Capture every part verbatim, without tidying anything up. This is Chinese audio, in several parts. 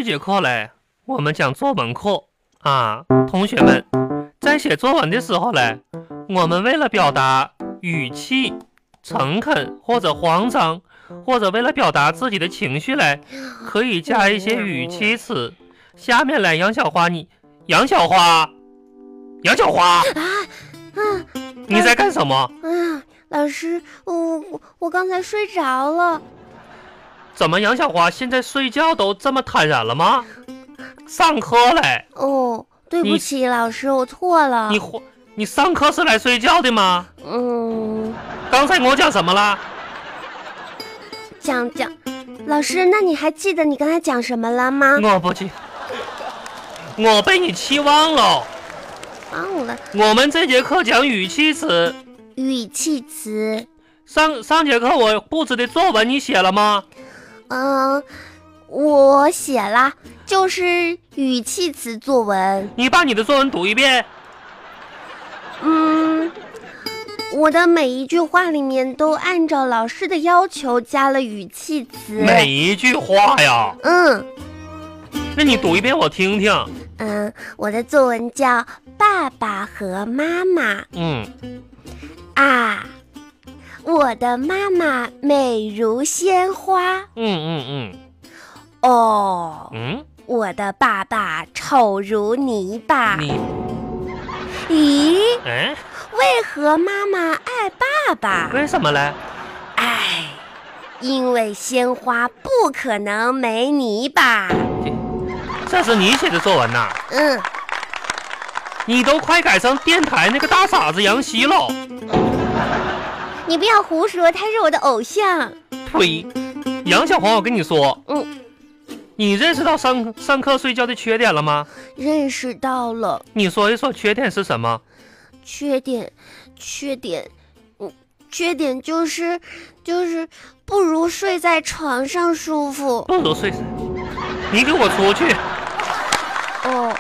节课嘞，我们讲作文课啊。同学们在写作文的时候嘞，我们为了表达语气诚恳或者慌张，或者为了表达自己的情绪嘞，可以加一些语气词。下面来，杨小花，你杨小花，杨小花啊，嗯， 你在干什么？ 啊，老师，我我我刚才睡着了。 怎么杨小花现在睡觉都这么坦然了吗？上课嘞。 哦，对不起，老师，我错了。 你你上课是来睡觉的吗？ 嗯。 刚才我讲什么了？ 讲讲，老师，那你还记得你刚才讲什么了吗？ 我不记，我被你气忘了。 忘了。 我们这节课讲语气词。 语气词。 上上节课我布置的作文你写了吗？ 嗯，我写了，就是语气词作文。 你把你的作文读一遍。 嗯，我的每一句话里面都按照老师的要求加了语气词。 每一句话呀？ 嗯。 那你读一遍我听听。 嗯，我的作文叫《爸爸和妈妈》。 嗯。 啊，我的妈妈美如鲜花。 嗯嗯嗯。 哦。 嗯。 我的爸爸丑如泥巴。 你。 咦？ 哎。 为何妈妈爱爸爸？ 为什么嘞？ 哎，因为鲜花不可能没泥巴。 这是你写的作文呐？ 嗯。 你都快改成电台那个大傻子杨希了。 你不要胡说，他是我的偶像。 呸！杨小黄，我跟你说， 嗯， 你认识到上上课睡觉的缺点了吗？ 认识到了。 你说一说缺点是什么？ 缺点，缺点，嗯，缺点就是就是不如睡在床上舒服。 不如睡。你给我出去。 哦。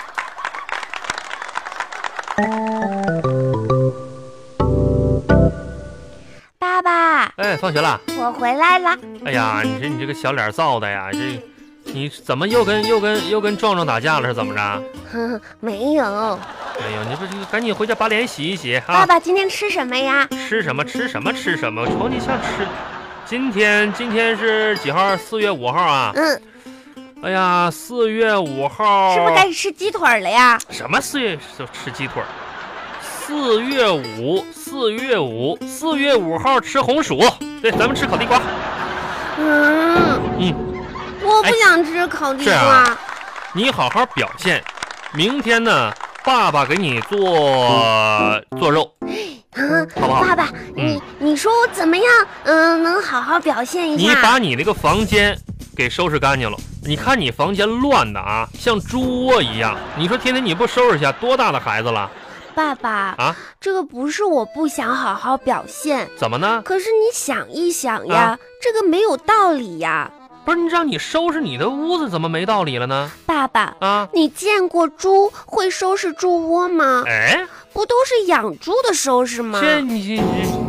爸爸。 哎，放学了。 我回来了。 哎呀，你这你这个小脸造的呀，这你怎么又跟又跟又跟壮壮打架了是怎么着？ 呵呵，没有。 哎呦，你不这个赶紧回家把脸洗一洗啊！ 爸爸，今天吃什么呀？ 吃什么吃什么吃什么？我瞅你像吃。今天今天是几号？四月五号啊。 嗯。 哎呀，四月五号是不是该吃鸡腿了呀？ 什么四月就吃鸡腿？四月五，四月五，四月五号吃红薯。对，咱们吃烤地瓜。 嗯嗯， 我不想吃烤地瓜。 啊、你好好表现，明天呢，爸爸给你做做肉。 嗯， 好不好？ 爸爸， 嗯、 你你说我怎么样？嗯，能好好表现一下？ 你把你那个房间给收拾干净了。你看你房间乱的啊，像猪窝一样。你说天天你不收拾一下，多大的孩子了？ 爸爸啊， 这个不是我不想好好表现， 怎么呢？ 可是你想一想呀， 啊、 这个没有道理呀。 不是你让你收拾你的屋子，怎么没道理了呢？ 爸爸啊， 你见过猪会收拾猪窝吗？ 哎， 不都是养猪的收拾吗？ 这你你。